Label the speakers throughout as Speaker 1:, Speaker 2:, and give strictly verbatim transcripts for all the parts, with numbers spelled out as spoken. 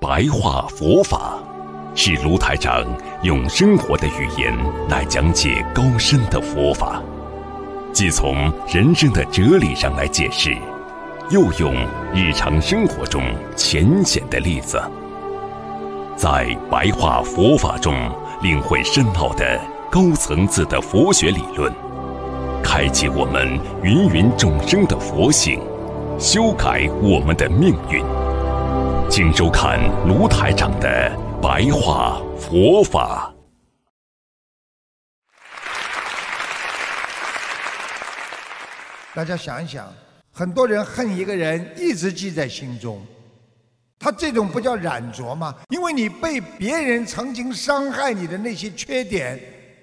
Speaker 1: 白话佛法，是卢台长用生活的语言来讲解高深的佛法，既从人生的哲理上来解释，又用日常生活中浅显的例子，在白话佛法中领会深奥的高层次的佛学理论，开启我们芸芸众生的佛性，修改我们的命运。请收看卢台长的白话佛法。
Speaker 2: 大家想一想，很多人恨一个人一直记在心中，他这种不叫染着吗？因为你被别人曾经伤害你的那些缺点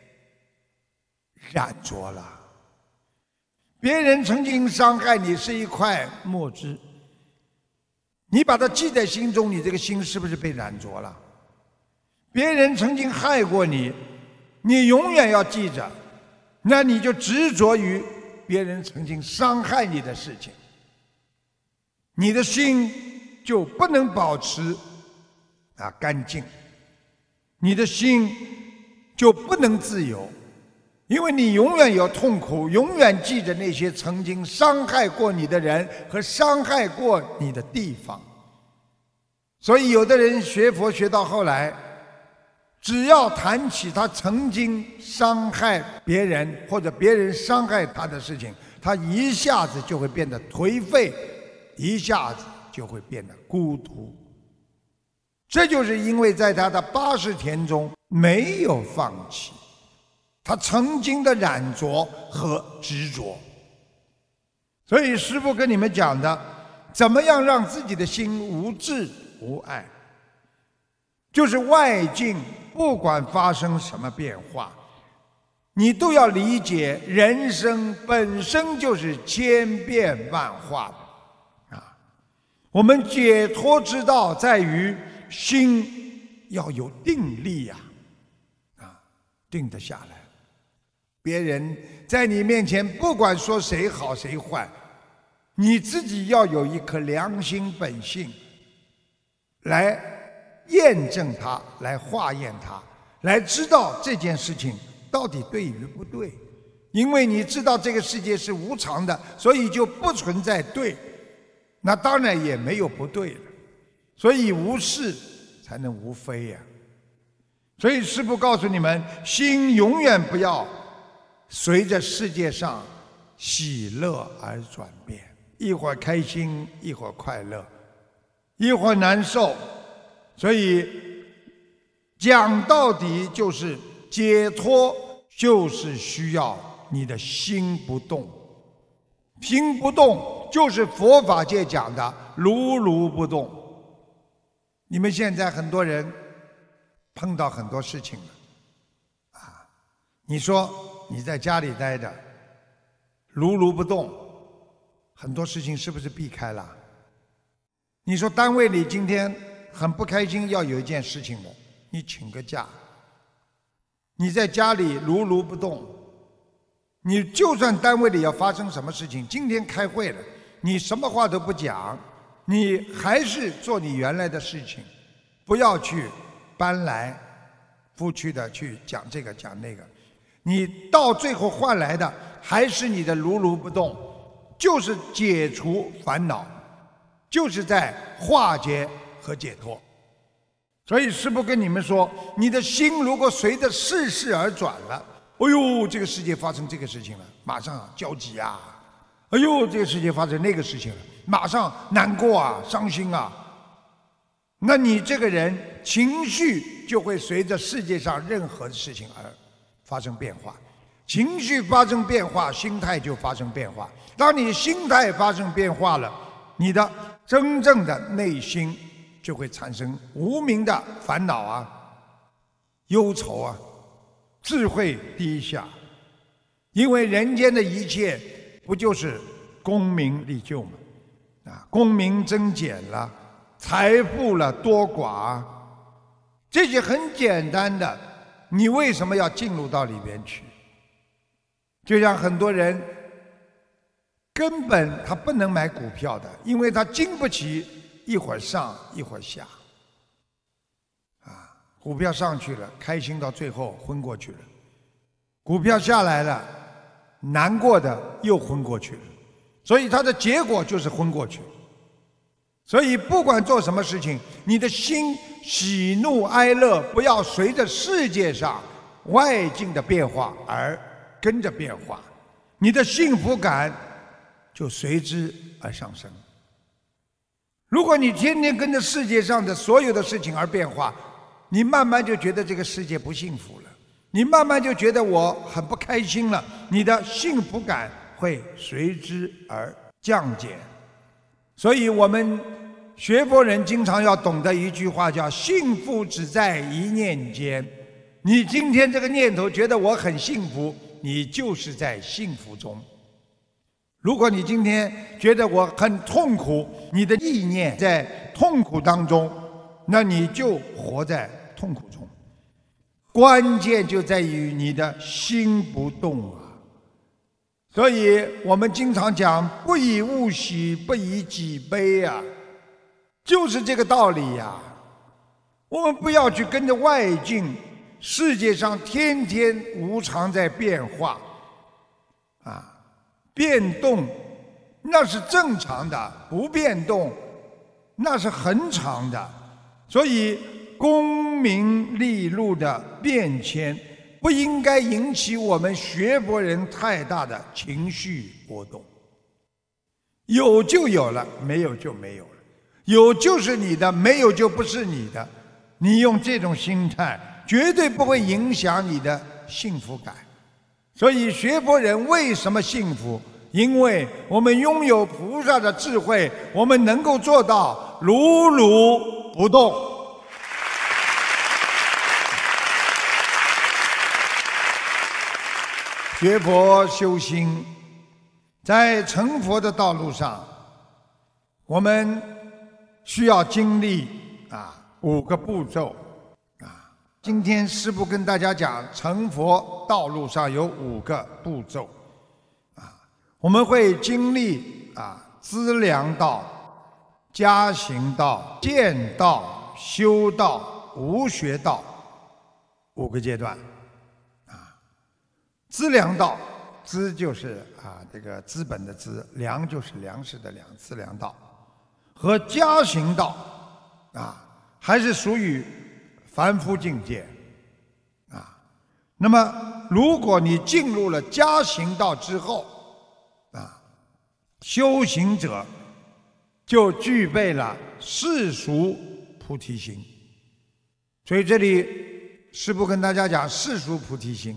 Speaker 2: 染着了。别人曾经伤害你是一块墨汁，你把它记在心中，你这个心是不是被染着了？别人曾经害过你，你永远要记着，那你就执着于别人曾经伤害你的事情，你的心就不能保持啊干净，你的心就不能自由，因为你永远有痛苦，永远记着那些曾经伤害过你的人和伤害过你的地方。所以有的人学佛学到后来，只要谈起他曾经伤害别人或者别人伤害他的事情，他一下子就会变得颓废，一下子就会变得孤独。这就是因为在他的八十田中没有放弃他曾经的染着和执着。所以师父跟你们讲的，怎么样让自己的心无智无碍，就是外境不管发生什么变化，你都要理解人生本身就是千变万化的啊。我们解脱之道在于心要有定力呀，啊，啊，定得下来。别人在你面前不管说谁好谁坏，你自己要有一颗良心本性来验证它，来化验它，来知道这件事情到底对与不对。因为你知道这个世界是无常的，所以就不存在对，那当然也没有不对了。所以无是才能无非呀。所以师父告诉你们，心永远不要随着世界上喜乐而转变，一会儿开心，一会儿快乐，一会儿难受。所以讲到底就是解脱，就是需要你的心不动。心不动就是佛法界讲的如如不动。你们现在很多人碰到很多事情了啊，你说你在家里待着如如不动，很多事情是不是避开了？你说单位里今天很不开心，要有一件事情的，你请个假。你在家里如如不动，你就算单位里要发生什么事情，今天开会了，你什么话都不讲，你还是做你原来的事情，不要去搬来覆去的去讲这个讲那个，你到最后换来的还是你的如如不动，就是解除烦恼，就是在化解和解脱。所以师父跟你们说，你的心如果随着世事而转了，哎呦，这个世界发生这个事情了，马上焦急啊！哎呦，这个世界发生那个事情了，马上难过啊，伤心啊。那你这个人情绪就会随着世界上任何的事情而发生变化，情绪发生变化，心态就发生变化。当你心态发生变化了，你的真正的内心就会产生无名的烦恼啊、忧愁啊，智慧低下。因为人间的一切不就是功名利就吗？啊，功名增减了，财富了多寡，这些很简单的，你为什么要进入到里边去？就像很多人根本他不能买股票的，因为他经不起一会儿上一会儿下， 股票上去了，开心到最后昏过去了；股票下来了，难过的又昏过去了。所以它的结果就是昏过去。所以不管做什么事情，你的心喜怒哀乐不要随着世界上外境的变化而跟着变化，你的幸福感就随之而上升。如果你天天跟着世界上的所有的事情而变化，你慢慢就觉得这个世界不幸福了，你慢慢就觉得我很不开心了，你的幸福感会随之而降减。所以我们学佛人经常要懂得一句话，叫幸福只在一念间。你今天这个念头觉得我很幸福，你就是在幸福中。如果你今天觉得我很痛苦，你的意念在痛苦当中，那你就活在痛苦中。关键就在于你的心不动啊。所以我们经常讲不以物喜，不以己悲啊，就是这个道理呀。我们不要去跟着外境，世界上天天无常在变化啊，变动那是正常的，不变动那是恒常的。所以功名利禄的变迁不应该引起我们学佛人太大的情绪波动。有就有了，没有就没有了，有就是你的，没有就不是你的。你用这种心态绝对不会影响你的幸福感。所以学佛人为什么幸福？因为我们拥有菩萨的智慧，我们能够做到如如不动。学佛修心，在成佛的道路上，我们需要经历啊五个步骤啊。今天师父跟大家讲，成佛道路上有五个步骤啊，我们会经历啊资粮道、加行道、见道、修道、无学道五个阶段。资粮道，资就是啊这个资本的资，粮就是粮食的粮，资粮道。和加行道啊，还是属于凡夫境界啊。那么，如果你进入了加行道之后啊，修行者就具备了世俗菩提心。所以这里师父跟大家讲世俗菩提心。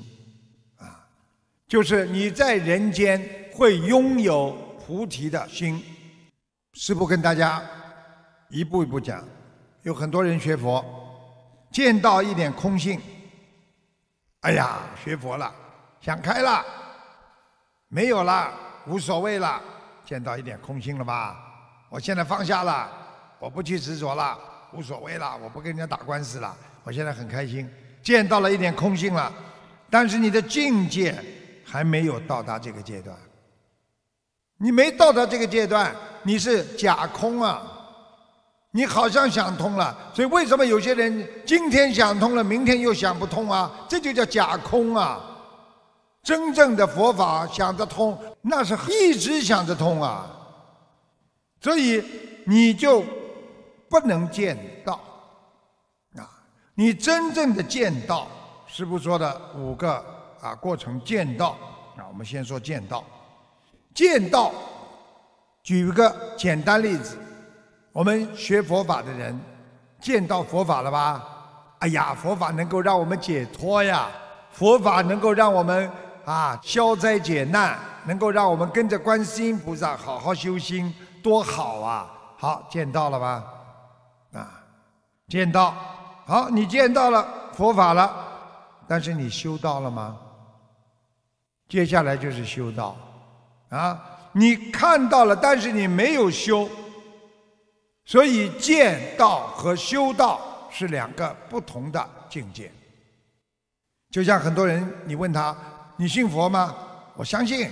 Speaker 2: 就是你在人间会拥有菩提的心。师父跟大家一步一步讲。有很多人学佛见到一点空性，哎呀学佛了，想开了，没有了，无所谓了，见到一点空性了吧，我现在放下了，我不去执着了，无所谓了，我不跟人家打官司了，我现在很开心。见到了一点空性了，但是你的境界还没有到达这个阶段，你没到达这个阶段，你是假空啊，你好像想通了。所以为什么有些人今天想通了，明天又想不通啊？这就叫假空啊。真正的佛法想得通，那是一直想得通啊。所以你就不能见到啊，你真正的见到，师父说的五个啊，过程见道啊，我们先说见道。见道，举一个简单例子，我们学佛法的人见到佛法了吧？哎呀，佛法能够让我们解脱呀，佛法能够让我们啊消灾解难，能够让我们跟着观世音菩萨好好修心，多好啊！好，见到了吧？啊，见到，好，你见到了佛法了，但是你修道了吗？接下来就是修道啊！你看到了，但是你没有修，所以见道和修道是两个不同的境界。就像很多人，你问他，你信佛吗？我相信。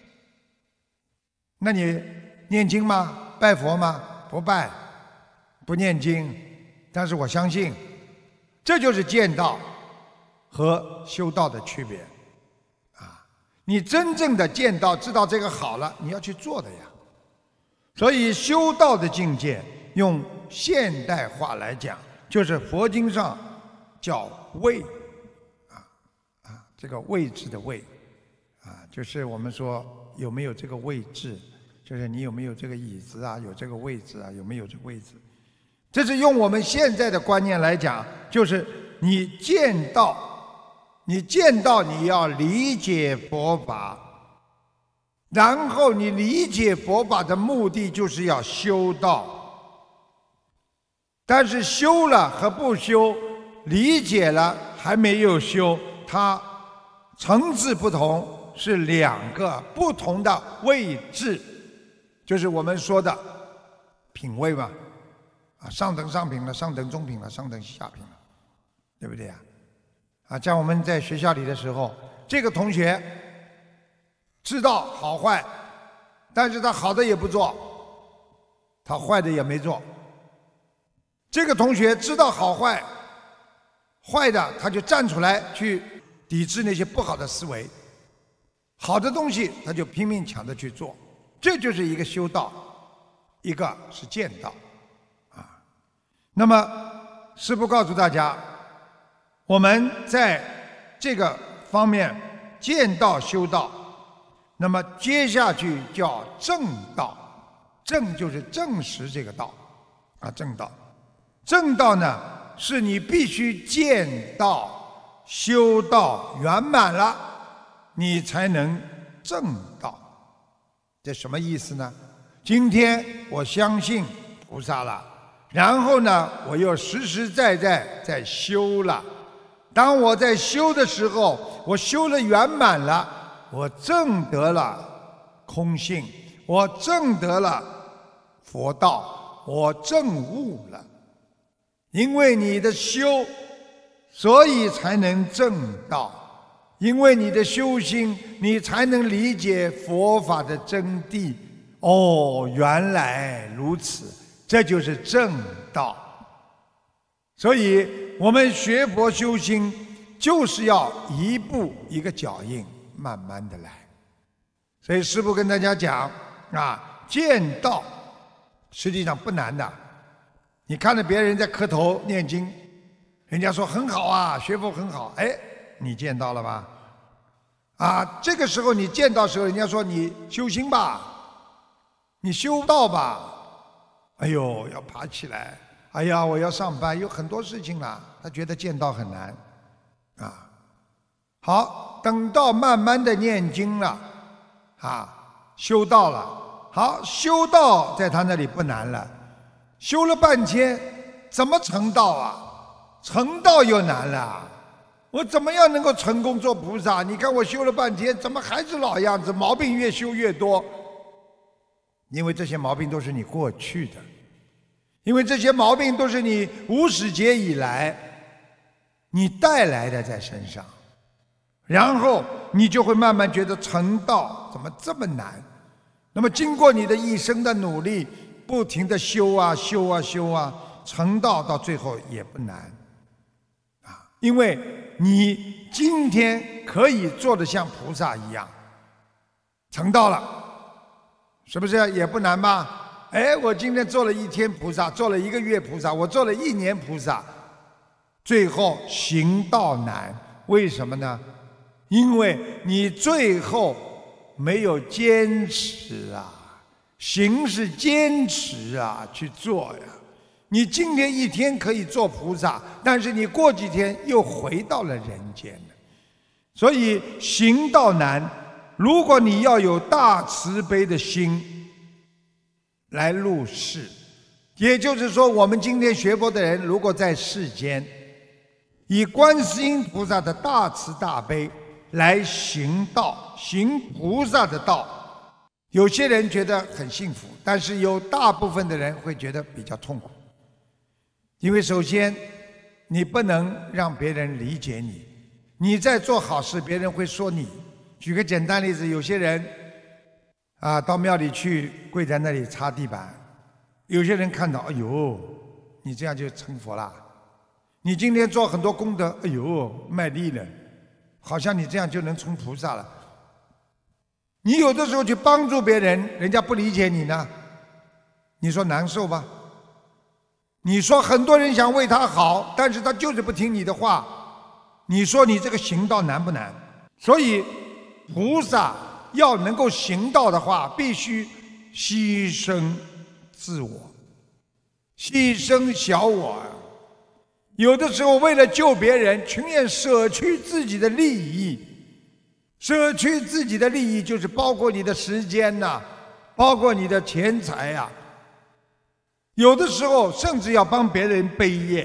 Speaker 2: 那你念经吗？拜佛吗？不拜，不念经，但是我相信。 这就是见道和修道的区别啊！你真正的见道，知道这个好了，你要去做的呀。所以修道的境界，用现代话来讲，就是佛经上叫位啊啊，这个位置的位啊，就是我们说有没有这个位置，就是你有没有这个椅子啊，有这个位置啊，有没有这个位置。这是用我们现在的观念来讲，就是你见道，你见道你要理解佛法，然后你理解佛法的目的就是要修道。但是修了和不修，理解了还没有修，它层次不同，是两个不同的位置，就是我们说的品位嘛。啊，上等上品了，上等中品了，上等下品了，对不对呀？啊，像我们在学校里的时候，这个同学知道好坏，但是他好的也不做，他坏的也没做。这个同学知道好坏，坏的他就站出来去抵制那些不好的思维，好的东西他就拼命抢着去做，这就是一个修道，一个是见道。那么，师父告诉大家，我们在这个方面见道修道，那么接下去叫正道，正就是证实这个道，啊，正道。正道呢，是你必须见道、修道圆满了，你才能正道。这什么意思呢？今天我相信菩萨了。然后呢，我又实实在在在修了。当我在修的时候，我修了圆满了，我证得了空性，我证得了佛道，我证悟了。因为你的修，所以才能证道。因为你的修心，你才能理解佛法的真谛。哦，原来如此。这就是正道，所以我们学佛修心，就是要一步一个脚印，慢慢的来。所以师父跟大家讲啊，见道实际上不难的。你看着别人在磕头念经，人家说很好啊，学佛很好，哎，你见到了吧？啊，这个时候你见到时候，人家说你修心吧，你修道吧。哎呦，要爬起来！哎呀，我要上班，有很多事情啦。他觉得见道很难，啊。好，等到慢慢的念经了，啊，修道了。好，修道在他那里不难了，修了半天，怎么成道啊？成道又难了。我怎么样能够成功做菩萨？你看我修了半天，怎么还是老样子？毛病越修越多。因为这些毛病都是你过去的，因为这些毛病都是你无始劫以来你带来的在身上，然后你就会慢慢觉得成道怎么这么难。那么经过你的一生的努力，不停的修啊修啊修啊，成道到最后也不难啊，因为你今天可以做得像菩萨一样成道了，是不是也不难吧？哎，我今天做了一天菩萨，做了一个月菩萨，我做了一年菩萨，最后行道难，为什么呢？因为你最后没有坚持啊，行是坚持啊，去做呀。你今天一天可以做菩萨，但是你过几天又回到了人间了，所以行道难。如果你要有大慈悲的心来入世，也就是说，我们今天学佛的人，如果在世间以观世音菩萨的大慈大悲来行道，行菩萨的道，有些人觉得很幸福，但是有大部分的人会觉得比较痛苦。因为首先你不能让别人理解你，你在做好事，别人会说你。举个简单例子，有些人啊到庙里去跪在那里擦地板，有些人看到，哎呦，你这样就成佛了。 你今天做很多功德，哎呦，卖力了，好像你这样就能成菩萨了。你有的时候去帮助别人，人家不理解你呢，你说难受吧？你说很多人想为他好，但是他就是不听你的话，你说你这个行道难不难？所以菩萨要能够行道的话，必须牺牲自我，牺牲小我。有的时候为了救别人，情愿舍去自己的利益，舍去自己的利益就是包括你的时间呐、啊，包括你的钱财呀、啊，有的时候甚至要帮别人背业，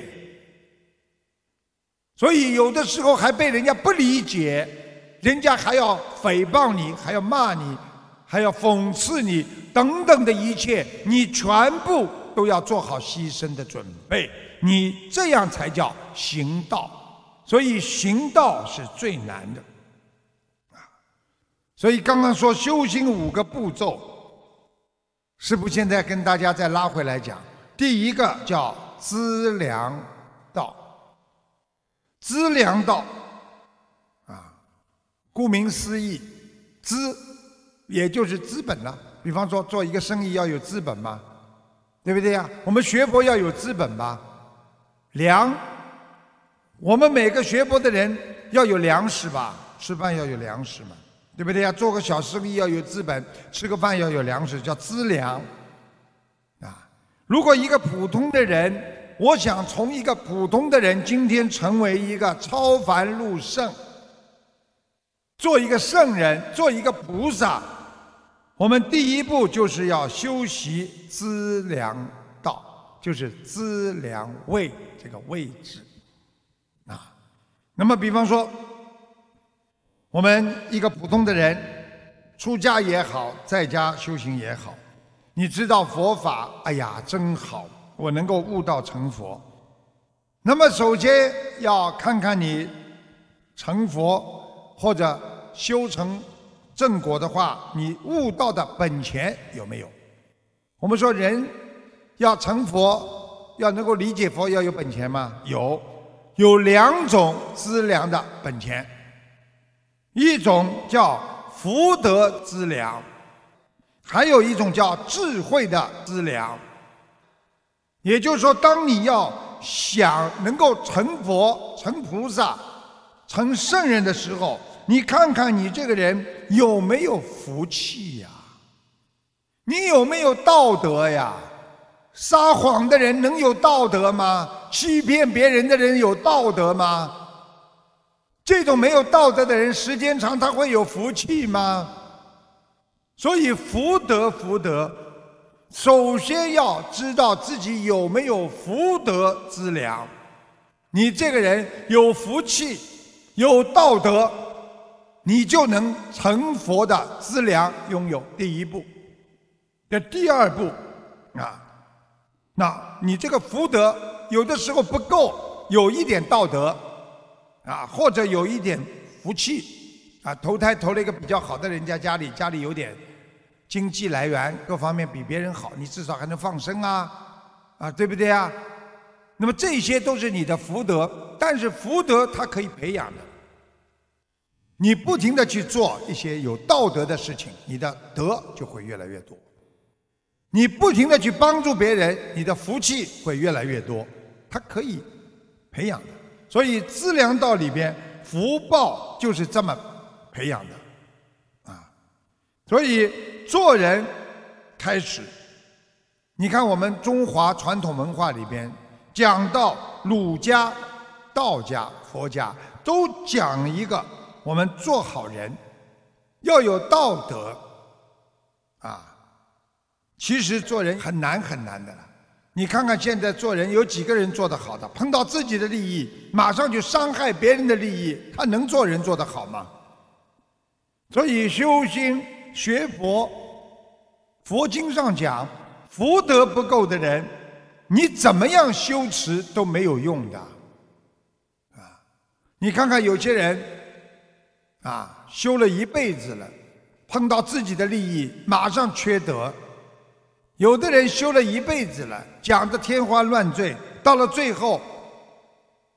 Speaker 2: 所以有的时候还被人家不理解，人家还要诽谤你，还要骂你，还要讽刺你等等的一切，你全部都要做好牺牲的准备，你这样才叫行道。所以行道是最难的啊！所以刚刚说修行五个步骤，师父现在跟大家再拉回来讲，第一个叫资粮道。资粮道啊，顾名思义，资也就是资本了。比方说做一个生意要有资本嘛，对不对呀？我们学佛要有资本吧。粮，我们每个学佛的人要有粮食吧，吃饭要有粮食嘛，对不对呀？做个小生意要有资本，吃个饭要有粮食，叫资粮啊。如果一个普通的人，我想从一个普通的人今天成为一个超凡入圣，做一个圣人，做一个菩萨，我们第一步就是要修习资粮道，就是资粮位这个位置啊。那么比方说我们一个普通的人，出家也好，在家修行也好，你知道佛法，哎呀真好，我能够悟道成佛。那么首先要看看你成佛或者修成正果的话，你悟道的本钱有没有？我们说人要成佛，要能够理解佛，要有本钱吗？有，有两种资粮的本钱，一种叫福德资粮，还有一种叫智慧的资粮。也就是说，当你要想能够成佛、成菩萨、成圣人的时候，你看看你这个人有没有福气呀？你有没有道德呀？撒谎的人能有道德吗？欺骗别人的人有道德吗？这种没有道德的人，时间长他会有福气吗？所以福德福德，首先要知道自己有没有福德资粮。你这个人有福气，有道德，你就能成佛的资粮拥有。第一步。这第二步啊，那你这个福德有的时候不够，有一点道德啊，或者有一点福气啊，投胎投了一个比较好的人家家里，家里有点经济来源，各方面比别人好，你至少还能放生啊，啊，对不对啊？那么这些都是你的福德，但是福德它可以培养的。你不停地去做一些有道德的事情，你的德就会越来越多。你不停地去帮助别人，你的福气会越来越多，它可以培养的。所以资粮道里边，福报就是这么培养的啊。所以做人开始，你看我们中华传统文化里边讲到儒家、道家、佛家都讲一个，我们做好人要有道德啊。其实做人很难很难的了，你看看现在做人有几个人做得好的？碰到自己的利益，马上就伤害别人的利益，他能做人做得好吗？所以修心学佛，佛经上讲，福德不够的人，你怎么样修持都没有用的啊！你看看有些人啊，修了一辈子了，碰到自己的利益，马上缺德。有的人修了一辈子了，讲得天花乱坠，到了最后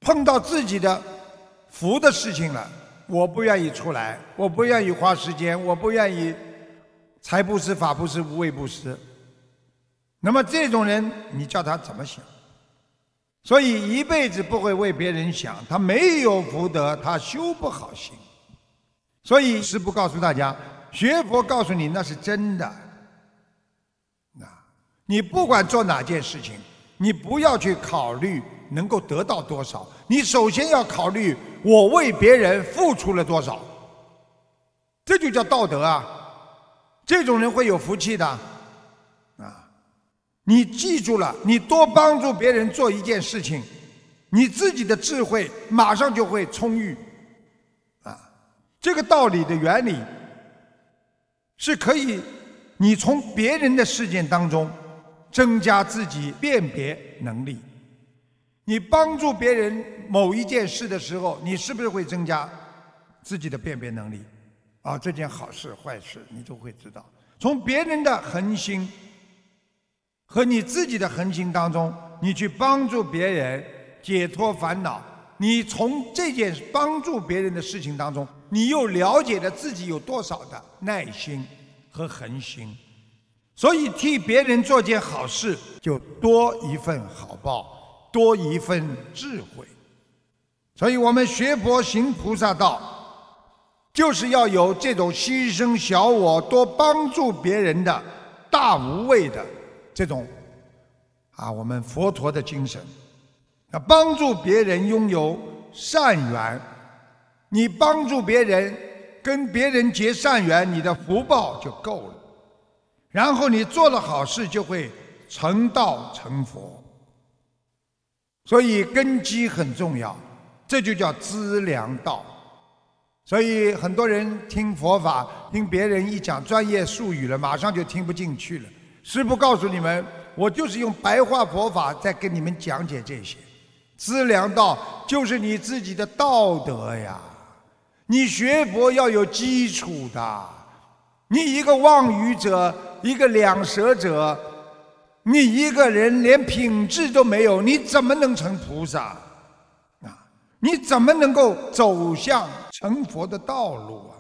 Speaker 2: 碰到自己的福的事情了，我不愿意出来，我不愿意花时间，我不愿意财布施、法布施、无畏布施。那么这种人，你叫他怎么想？所以一辈子不会为别人想，他没有福德，他修不好行。所以师父告诉大家，学佛告诉你那是真的。啊，你不管做哪件事情，你不要去考虑能够得到多少，你首先要考虑我为别人付出了多少，这就叫道德啊！这种人会有福气的啊！你记住了，你多帮助别人做一件事情，你自己的智慧马上就会充裕啊！这个道理的原理是可以，你从别人的事件当中增加自己辨别能力。你帮助别人某一件事的时候，你是不是会增加自己的辨别能力？啊，这件好事坏事你都会知道。从别人的恒心和你自己的恒心当中，你去帮助别人解脱烦恼，你从这件帮助别人的事情当中，你又了解了自己有多少的耐心和恒心，所以替别人做件好事，就多一份好报，多一份智慧。所以我们学佛行菩萨道，就是要有这种牺牲小我、多帮助别人的大无畏的这种啊，我们佛陀的精神。啊，帮助别人拥有善缘，你帮助别人，跟别人结善缘，你的福报就够了。然后你做了好事，就会成道成佛。所以根基很重要，这就叫资粮道。所以很多人听佛法，听别人一讲专业术语了，马上就听不进去了。师父告诉你们，我就是用白话佛法在跟你们讲解这些。资粮道就是你自己的道德呀，你学佛要有基础的。你一个妄语者，一个两舌者，你一个人连品质都没有，你怎么能成菩萨啊？你怎么能够走向成佛的道路啊？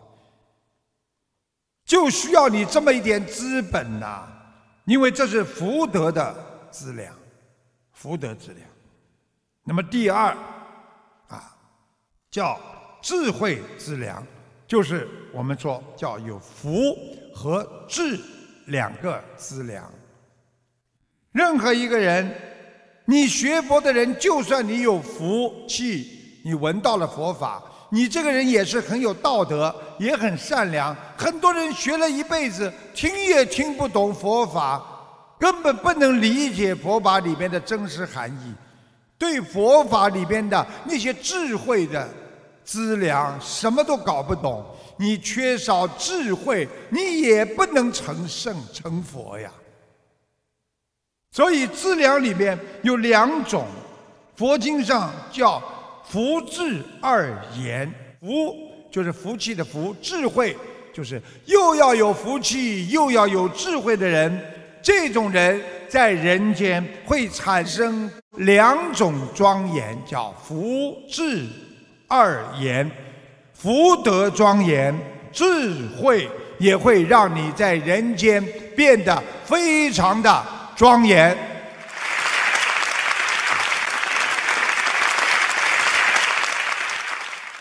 Speaker 2: 就需要你这么一点资本呐、啊，因为这是福德的资粮，福德资粮。那么第二啊，叫智慧资粮，就是我们说叫有福和智两个资粮。任何一个人，你学佛的人，就算你有福气，你闻到了佛法，你这个人也是很有道德，也很善良。很多人学了一辈子，听也听不懂佛法，根本不能理解佛法里面的真实含义，对佛法里边的那些智慧的资粮什么都搞不懂。你缺少智慧，你也不能成圣成佛呀。所以资粮里面有两种，佛经上叫福智二严。福就是福气的福，智慧就是又要有福气又要有智慧的人，这种人在人间会产生两种庄严，叫福智二严。福德庄严，智慧也会让你在人间变得非常的庄严。